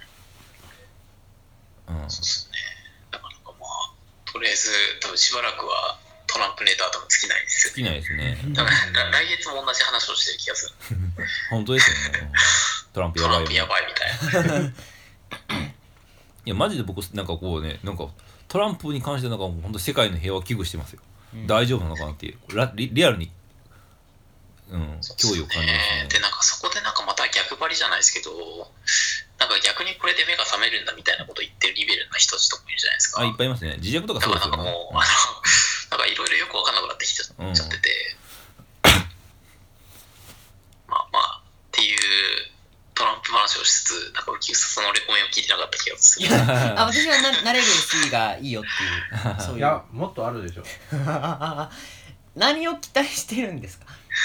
そうですね。だからまあとりあえず多分しばらくはトランプネタ多分尽きないですよ。
尽きないですね。
だから来月も同じ話をしてる気がする。
本当ですよね。トランプやばいよね。
トランプやばいみたいな。
いやマジで僕なんかこうねなんかトランプに関してなんかもう本当世界の平和を危惧してますよ、大丈夫なのかなっていうリアルに、脅威を感じますね。
でなんかそこでなんかまた逆張りじゃないですけど、なんか逆にこれで目が覚めるんだみたいなこと言ってるリベルな人たちとかいるじゃないですか。
いっぱいいますね。自虐とかそうですよね。
なんかもうなんかいろいろよく分かんなくなってきちゃってて、まあっていうトランプ話をしつつ、なんかそのレコメンを聞いてなかった気がする。
私は慣れるしがいいよっていうそういう。
いやもっとあるでしょ。
何を期待してるんですか。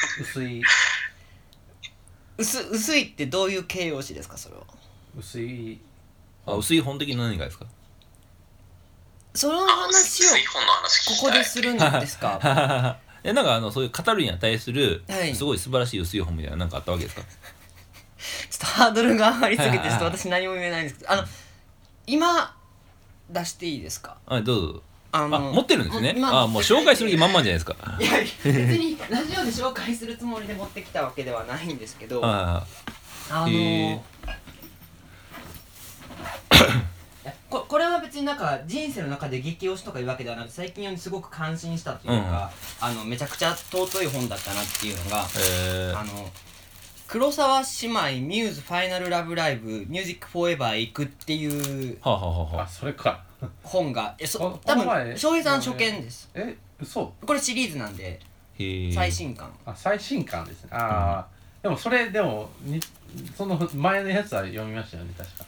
薄いってどういう形容詞ですか、それは。
薄い
本的な何がですか。
その話をここでするんですか。
なんかそういう語るに値するすごい素晴らしい薄い本みたいななんかあったわけですか。
ちょっとハードルが上がりすぎてちょっと私何も言えないんですけど、今出していいですか。
どうぞ。持ってるんですね。もう紹介する気満々じゃないですか。
いや別にラジオで紹介するつもりで持ってきたわけではないんですけど、ここれは別になんか人生の中で激推しとかいうわけではなくて、最近すごく感心したというか、めちゃくちゃ尊い本だったなっていうのが、黒沢姉妹ミューズファイナルラブライブミュージックフォーエバー行くっていう
それか
本が多分翔平さん初見です。
嘘？
これシリーズなんで最新刊。
最新刊ですね。でもそれでもその前のやつは読みましたよね、確か。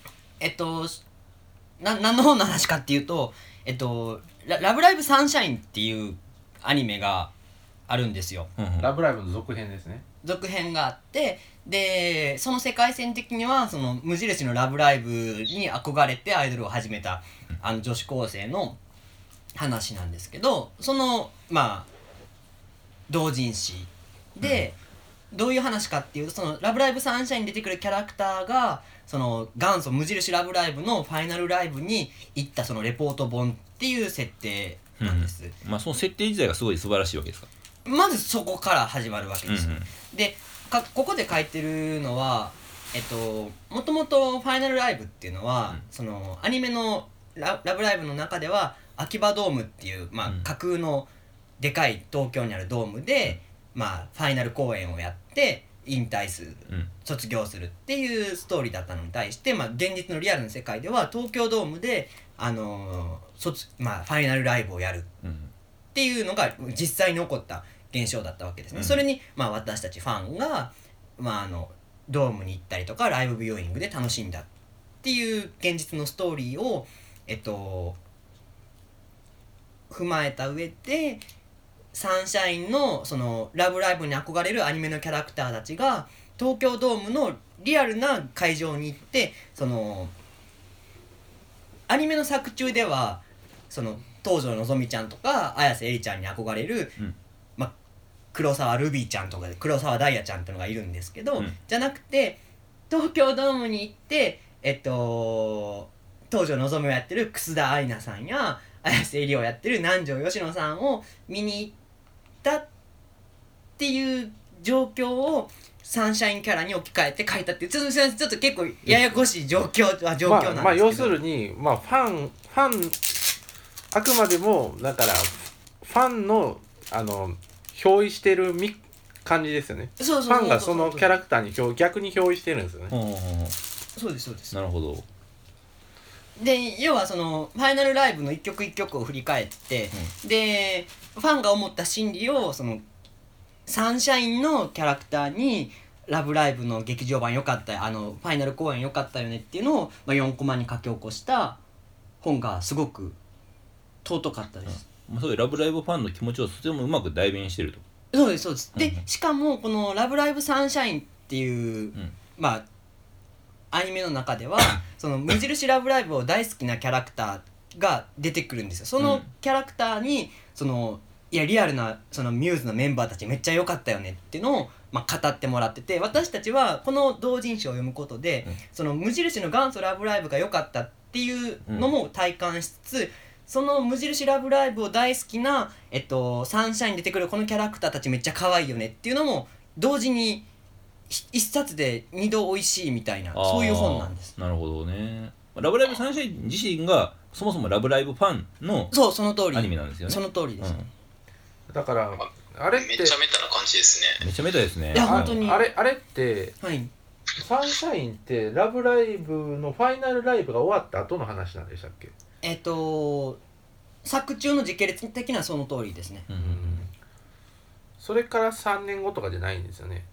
何の本の話かっていうと、ラブライブサンシャインっていうアニメがあるんですよ。
ラブライブの続編ですね。
続編があって、でその世界線的にはその無印のラブライブに憧れてアイドルを始めた女子高生の話なんですけど、その同人誌で、どういう話かっていうと、そのラブライブサンシャインに出てくるキャラクターがその元祖無印ラブライブのファイナルライブに行ったそのレポート本っていう設定なんです。
その設定自体がすごい素晴らしいわけですか。
まずそこから始まるわけです。でここで書いてるのはもともとファイナルライブっていうのは、そのアニメのラブライブの中では秋葉ドームっていう、架空のでかい東京にあるドームで、ファイナル公演をやって引退する、卒業するっていうストーリーだったのに対して、現実のリアルな世界では東京ドームで、ファイナルライブをやるっていうのが実際に起こった現象だったわけですね。それに、私たちファンが、ドームに行ったりとかライブビューイングで楽しんだっていう現実のストーリーを、踏まえた上でサンシャインのそのラブライブに憧れるアニメのキャラクターたちが東京ドームのリアルな会場に行って、そのアニメの作中ではその東條のぞみちゃんとか綾瀬えりちゃんに憧れる、黒沢ルビーちゃんとかで黒沢ダイヤちゃんってのがいるんですけど、じゃなくて東京ドームに行って東條のぞみをやってる楠田愛菜さんや綾瀬えりをやってる南條佳乃さんを見に行ったっていう状況をサンシャインキャラに置き換えて書いたっていう、ちょっと結構ややこしい状況なんですけど、
要するにファンあくまでもだからファンの憑依してる感じですよね。ファンがそのキャラクターに逆に憑依してるんですよね。
そうです
なるほど。
で要はそのファイナルライブの一曲一曲を振り返って、でファンが思った心理をそのサンシャインのキャラクターにラブライブの劇場版良かったファイナル公演良かったよねっていうのを、4コマに書き起こした本がすごく尊かったです。
そういうラブライブファンの気持ちをとてもうまく代弁してると。
そうです。でしかもこのラブライブサンシャインっていう、アニメの中ではその無印ラブライブを大好きなキャラクターが出てくるんですよ。そのキャラクターにリアルなそのミューズのメンバーたちめっちゃ良かったよねっていうのを語ってもらってて、私たちはこの同人誌を読むことで、その無印の元祖ラブライブが良かったっていうのも体感しつつ、その無印ラブライブを大好きな、サンシャインに出てくるこのキャラクターたちめっちゃ可愛いよねっていうのも同時に一冊で二度おいしいみたいな、そういう本なんです。
なるほどね。ラブライブサンシャイン自身がそもそもラブライブファンの
その通り
アニメなんですよね。
その通りです、
だからあれって
めっちゃメタな感じですね。
めっちゃメタですね。
いや本当に
あれって、
はい、
サンシャインってラブライブのファイナルライブが終わった後の話なんでしたっけ？
作中の時系列的にはその通りですね。
それから3年後とかじゃないんですよね。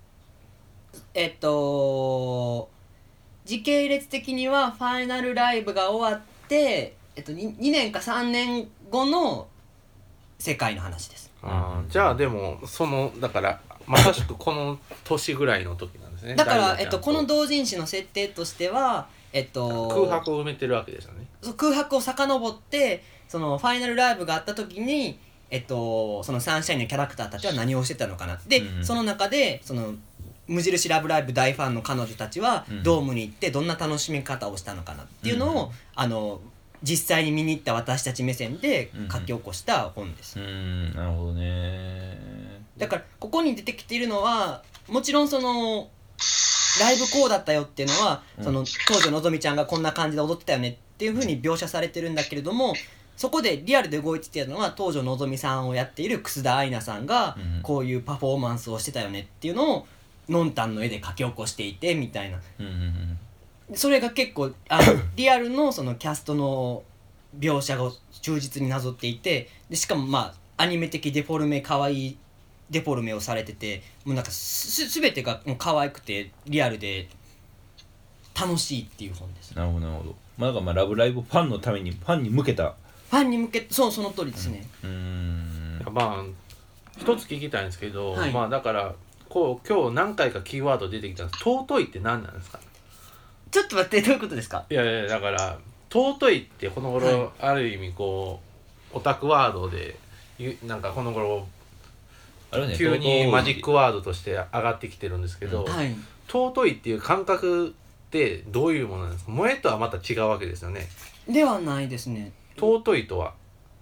時系列的にはファイナルライブが終わって、2年か3年後の世界の話です。
じゃあでもだからまさしくこの年ぐらいの時なんですね。
だから、この同人誌の設定としては、
空白を埋めてるわけですよね。
空白を遡ってそのファイナルライブがあった時に、そのサンシャインのキャラクターたちは何をしてたのかなで、その中でその無印ラブライブ大ファンの彼女たちはドームに行ってどんな楽しみ方をしたのかなっていうのを、実際に見に行った私たち目線で書き起こした本です。
なるほどね。
だからここに出てきているのはもちろんそのライブこうだったよっていうのは、その東條のぞみちゃんがこんな感じで踊ってたよねっっていう風に描写されてるんだけれども、そこでリアルで動いてたのは東條希さんをやっている楠田愛菜さんがこういうパフォーマンスをしてたよねっていうのをのんたんの絵で描き起こしていてみたいな、それが結構リアルのそのキャストの描写を忠実になぞっていて、でしかもまあアニメ的デフォルメ可愛いデフォルメをされてて、もうなんか全てがもう可愛くてリアルで楽しいっていう本です。
なるほどなるほど。まあだからまあラブライブファンのためにファンに向けた。
ファンに向けその通りですね。
まあ一つ聞きたいんですけど、
はい、
まあだからこう今日何回かキーワード出てきたんです。尊いって何なんですか？
ちょっと待って、どういうことですか？
いやいやだから尊いってこの頃、はい、ある意味こうオタクワードでなんかこの頃急にマジックワードとして上がってきてるんですけど、
はい、
尊いっていう感覚ってどういうものなんですか？萌えとはまた違うわけですよね。
ではないですね。
尊いとは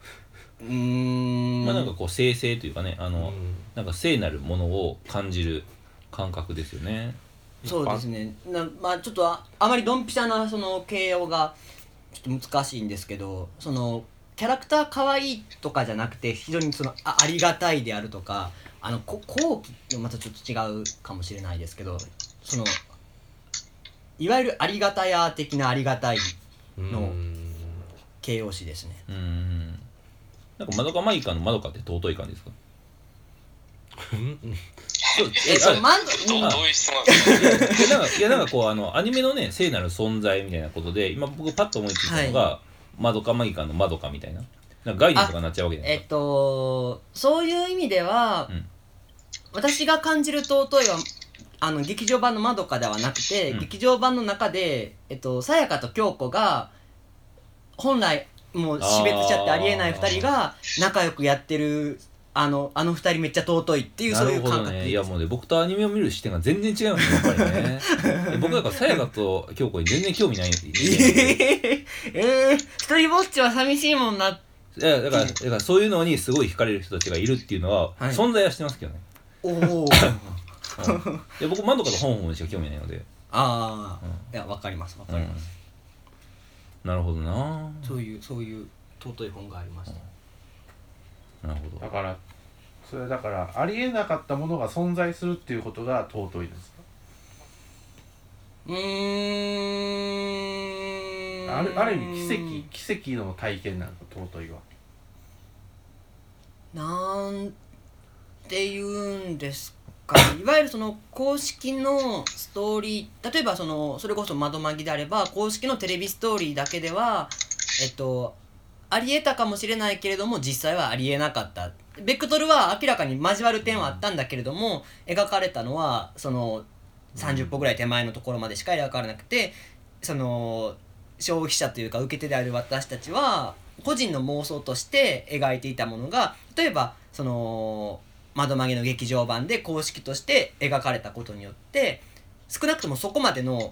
まあなんかこう聖々というかね、なんか聖なるものを感じる感覚ですよね。
そうですね。まあちょっとあまりドンピシャなその形容がちょっと難しいんですけど、そのキャラクター可愛いとかじゃなくて非常にその ありがたいであるとか、後期またちょっと違うかもしれないですけど、そのいわゆるありがたや的なありがたいの形容詞ですね。
なんかまどかマギカのまどかって尊い感じですか？
どういう質問ですか？
いやなんかこうアニメのね聖なる存在みたいなことで今僕パッと思いついたのが、はい、まどかマギカのまどかみたいな、なんか概念とかになっちゃうわけじゃないですか。
そういう意味では、私が感じる尊いは劇場版のまどかではなくて、劇場版の中でさやかと京子が本来もう死別しちゃってありえない2人が仲良くやってるあの2人めっちゃ尊いっていう、そういう感覚です。
いやもうね、僕とアニメを見る視点が全然違うんですよやっぱりね僕だからさやかと京子に全然興味ない一
人ぼっちは寂しいもんな。
いやだからそういうのにすごい惹かれる人たちがいるっていうのは、はい、存在はしてますけどね。
おお
いや僕まどかと本にしか興味ないので。
いやわかりますわかります、
なるほどな。
そういう尊い本がありました。
なるほど。
だからそれだからありえなかったものが存在するっていうことが尊いですか？ある意味奇跡の体験なんか尊いは。
なんて言うんですか、いわゆるその公式のストーリー、例えばそれこそ窓マギであれば公式のテレビストーリーだけではありえたかもしれないけれども実際はありえなかった。ベクトルは明らかに交わる点はあったんだけれども、描かれたのはその30歩ぐらい手前のところまでしか描かれなくて、その消費者というか受け手である私たちは個人の妄想として描いていたものが、例えばその窓マギの劇場版で公式として描かれたことによって少なくともそこまでの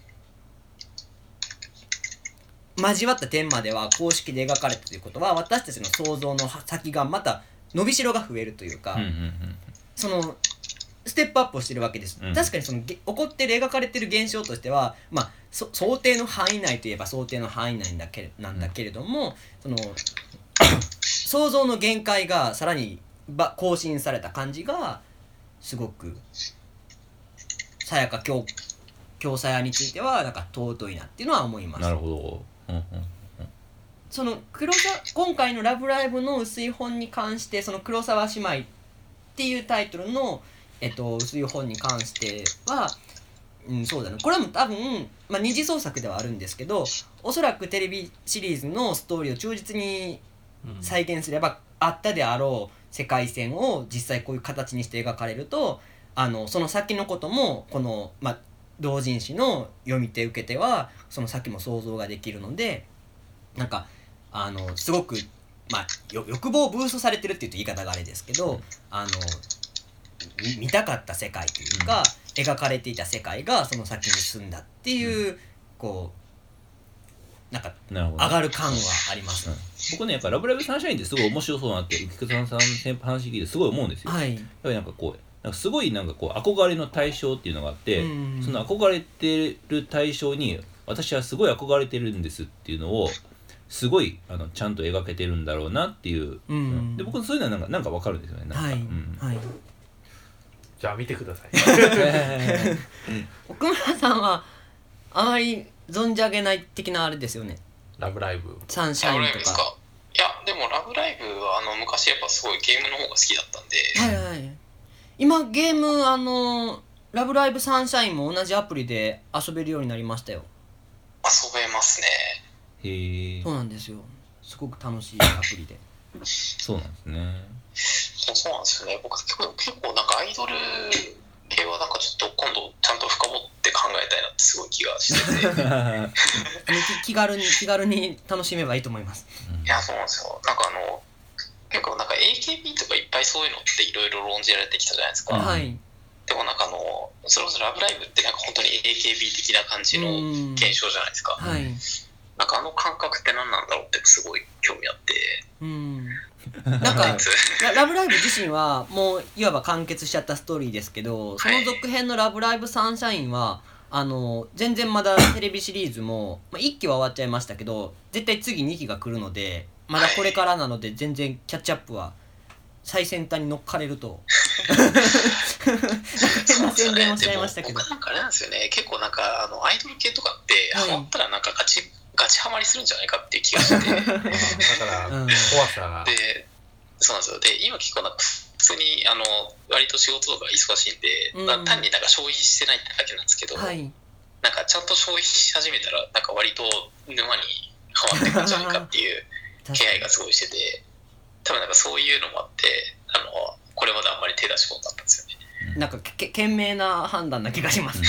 交わった点までは公式で描かれたということは、私たちの想像の先がまた伸びしろが増えるというか、そのステップアップをしてるわけです、確かにその起こってる描かれてる現象としては、まあ、想定の範囲内といえば想定の範囲内なんだけれども、その想像の限界がさらに更新された感じがすごくさやか京さやについてはなんか尊いなっていうのは思います。
なるほど。
その今回の「ラブライブ!」の薄い本に関して、その黒沢姉妹っていうタイトルの、薄い本に関しては、そうだね、これはも多分、二次創作ではあるんですけど、おそらくテレビシリーズのストーリーを忠実に再現すれば、あったであろう世界線を実際こういう形にして描かれると、その先のこともこの、同人誌の読み手受け手はその先も想像ができるので、なんかすごく、欲望をブーストされてるって言うと言い方があれですけど、見たかった世界というか、描かれていた世界がその先に進んだっていう、こうなんか上がる感はあります、
僕ね、やっぱラブライブサンシャインってすごい面白そうだなって菊池さん先輩話聞いてすごい思うんですよ。やっぱりなんかこうなんかすごいなんかこう憧れの対象っていうのがあって、その憧れてる対象に私はすごい憧れてるんですっていうのをすごいちゃんと描けてるんだろうなっていう、で僕そういうのはなんか分かるんですよねなんか、
はいはい、
じゃあ見てください
奥村さんはあまり存じ上げない的なあれですよね。
ラブライブ
サンシャインとか。
いやでもラブライブは昔やっぱすごいゲームの方が好きだったんで、
はいはい、今ゲームラブライブサンシャインも同じアプリで遊べるようになりましたよ。
遊べますね。
へえ。
そうなんですよ。すごく楽しいアプリで。
そうなんですね。
そうなんですよね。僕結構なんかアイドル系はなんかちょっと今度ちゃんと深掘って考えたいなってすごい気がしてて
気軽に楽しめばいいと思います。
いやそうなんですよ。なんか結構なんか AKB とかいっぱいそういうのっていろいろ論じられてきたじゃないですか。
はい。
でもなんかそれこそラブライブってなんか本当に AKB 的な感じの現象じゃないですか。
はい。
なんか感覚って何なんだろうってすごい興味あって。
なんかラブライブ自身はもういわば完結しちゃったストーリーですけど、その続編のラブライブサンシャインは全然まだテレビシリーズも、1期は終わっちゃいましたけど絶対次2期が来るのでまだこれからなので全然キャッチアップは最先端に乗っかれると宣伝をしちゃいましたけど、
僕なんかあれなんですよね。結構なんかアイドル系とかってハマったらなんかガチハマりするんじゃないかっていう気がしててだ
から怖さが
で、そうなんですよ。で今結構なんか普通に割と仕事とか忙しいんで、単になんか消費してないってだけなんですけど、
はい、
なんかちゃんと消費し始めたらなんか割と沼にハマってくるんじゃないかっていう気配がすごいしてて、多分なんかそういうのもあってこれまであんまり手出しこなかったんですよね。
なんか賢明な判断な気がします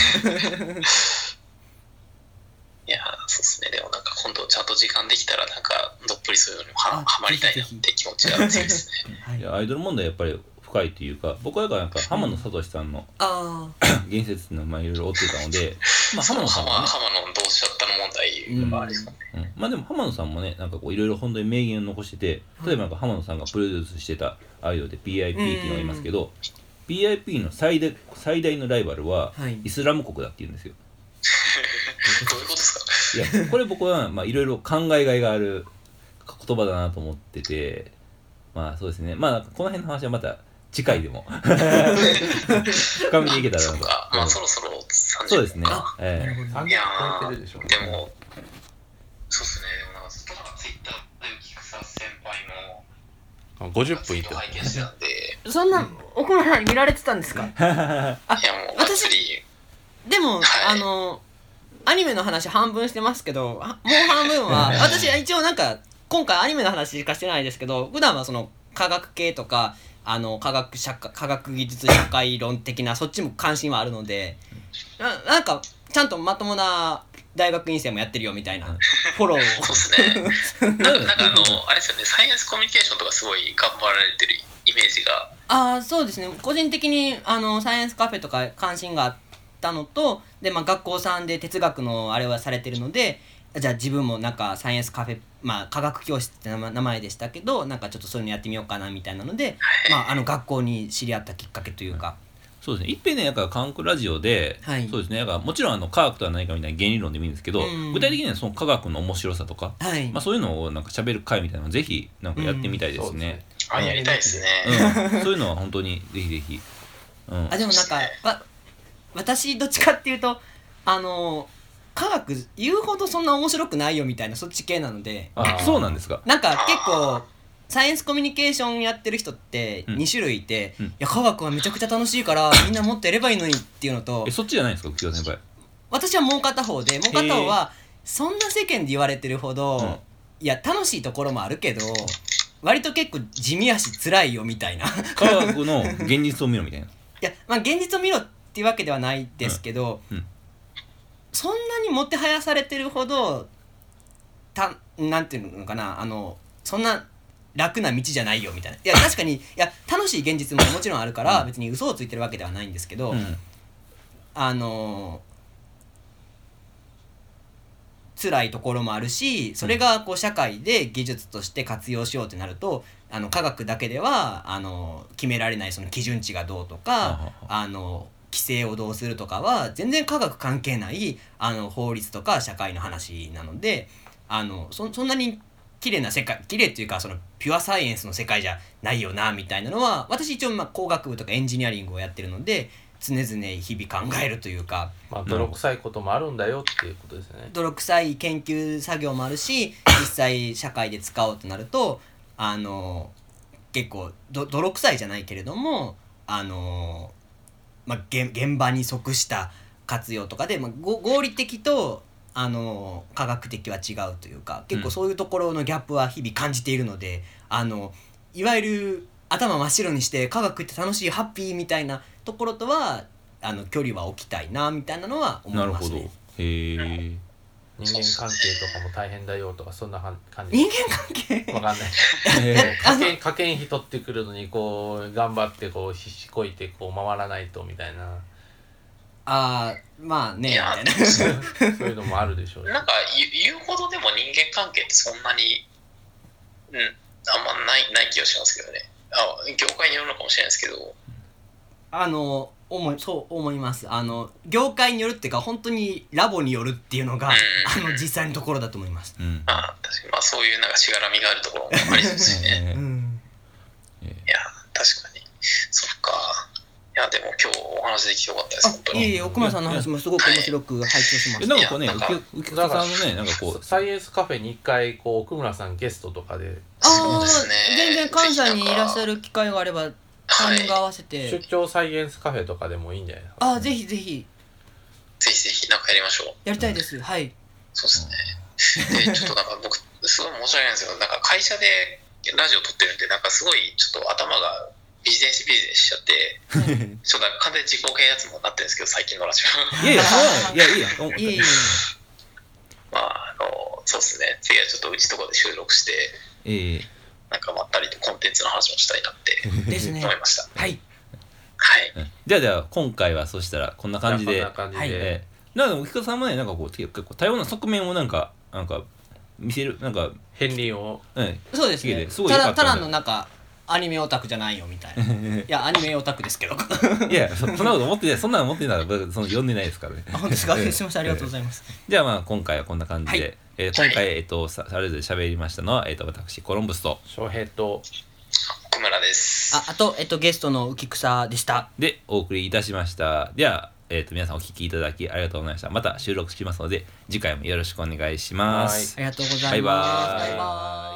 いやそうですね。でもなんか今度ちゃんと時間できたらなんかどっぷりそういうのにもハマりたいなって気持ちが強いですね
いやアイドル問題やっぱり深いというか、僕はなんか浜野聡さんの言説のいろいろ追ってたので、
浜野さんはね、浜野どうしちゃったの問題がありそうね。
でも浜野さんもねなんかこういろいろ本当に名言を残してて、例えばなんか浜野さんがプロデュースしてたアイドルで PIP っていうのがいますけど、PIP の最大のライバルはイスラム国だって言うんですよ。
どういうことですか？
いやこれ僕はいろいろ考えがいがある言葉だなと思ってて、そうですね。この辺の話はまた次回でも深みでいけたらなと。
そろそろ30分か。
そうですね。
いやでもそうですね。でもなんかずっとツイッターで菊沢先輩の
50分いって
拝見してたんで。
そんな奥村さんに見られてたんですか？
いやもう
私でも、アニメの話半分してますけど、もう半分は私は一応なんか今回アニメの話しかしてないですけど、普段はその科学系とか科学技術社会論的なそっちも関心はあるので、なんかちゃんとまともな大学院生もやってるよみたいなフォローを
そうですね。なんかあれですよね、サイエンスコミュニケーションとかすごい頑張られてるイメージが。
そうですね。個人的にサイエンスカフェとか関心があったのと、で学校さんで哲学のあれはされてるので、じゃあ自分もなんかサイエンスカフェ、科学教室って名前でしたけど、なんかちょっとそういうのやってみようかなみたいなので、学校に知り合ったきっかけというか。
そうですね。いっぺんね、科学ラジオで、そうですね。もちろん科学とは何かみたいな原理論でもいいんですけど、具体的にはその科学の面白さとか、そういうのをなんか喋る会みたいなのをぜひなんかやってみたいですね。
やりたいですね。
そういうのは本当にぜひぜひ。
でもなんか私どっちかっていうと科学言うほどそんな面白くないよみたいなそっち系なので。
そうなんですか。
なんか結構サイエンスコミュニケーションやってる人って2種類いて、いや科学はめちゃくちゃ楽しいからみんなもっとやればいいのにっていうのと、
そっちじゃないですか浮世先輩。
私はもう片方で、もう片方はそんな世間で言われてるほど、いや楽しいところもあるけど割と結構地味やし辛いよみたいな
科学の現実を見ろみたいな。い
や現実を見ろっていうわけではないですけど、そんなにもてはやされてるほどなんていうのかな、そんな楽な道じゃないよみたいな。いや確かに楽しい現実ももちろんあるから、別に嘘をついてるわけではないんですけど、辛いところもあるし、それがこう社会で技術として活用しようってなると、科学だけでは決められないその基準値がどうとか、 規制をどうするとかは全然科学関係ない法律とか社会の話なので、そんなに綺麗な世界、綺麗っていうかそのピュアサイエンスの世界じゃないよなみたいなのは、私一応工学部とかエンジニアリングをやってるので常々日々考えるというか、
泥臭いこともあるんだよっていうことですね。
泥臭い研究作業もあるし、実際社会で使おうとなると結構泥臭いじゃないけれども現場に即した活用とかで、合理的と科学的は違うというか、結構そういうところのギャップは日々感じているので、いわゆる頭真っ白にして科学って楽しいハッピーみたいなところとは距離は置きたいなみたいなのは思いますね。
なるほど。へえ。
人間関係とかも大変だよとかそんな感じ。
人間関係
わかんないかけん人ってくるのにこう頑張ってこう必死こいてこう回らないとみたいな。
みたいな
そういうのもあるでしょう。
なんか言うほどでも人間関係ってそんなにあんまない気がしますけどね。業界によるのかもしれないですけど。
そう思います。業界によるっていうか本当にラボによるっていうのが、実際のところだと思います。
確かにそういうなんかしがらみがあるところもありそうですね。いや確かにそっか。いやでも今日お話できてよかったです本当に。
いえ奥村さんの話もすごく面白く拝聴しました。
なんかこうね、浮田さんのねなんかこう
サイエンスカフェに一回こう奥村さんゲストとかで。
そうですね。
全然関西にいらっしゃる機会があれば。タイミング合わせて
出張サイエンスカフェとかでもいいんじゃないですか。
ぜひぜひ
なんかやりましょう。
やりたいです。はい。
そうですね。でちょっとなんか僕すごい申し訳ないんですけど、なんか会社でラジオ撮ってるんでなんかすごいちょっと頭がビジネスしちゃって、ちょっと完全に自己啓発もなってるんですけど最近のラジオ。
いやいいや。
そうですね。次はちょっとうちとかで収録して。なんかまったりとコンテンツの話もしたいなって思いました。
はい。
じゃあ今回はそしたらこんな感じで。なんか浮田さんもねなんかこう結構多様な側面をなんか見せるなんか
片鱗を。
そうですね。ただのなんかアニメオタクじゃないよみたいな。いやアニメオタクですけど。
いやそんなこと思ってない。そんなの思ってないなら読んでないですからね。
本当ですか。すみませんありがとうございます。
じゃあ今回はこんな感じで。今回それぞれ喋りましたのは私コロンブスと
翔平と
奥村です。
あとゲストの浮草でした
でお送りいたしました。では皆さんお聞きいただきありがとうございました。また収録しますので次回もよろしくお願いします。
ありがとうございます。
バイバーイ。
バイバーイ。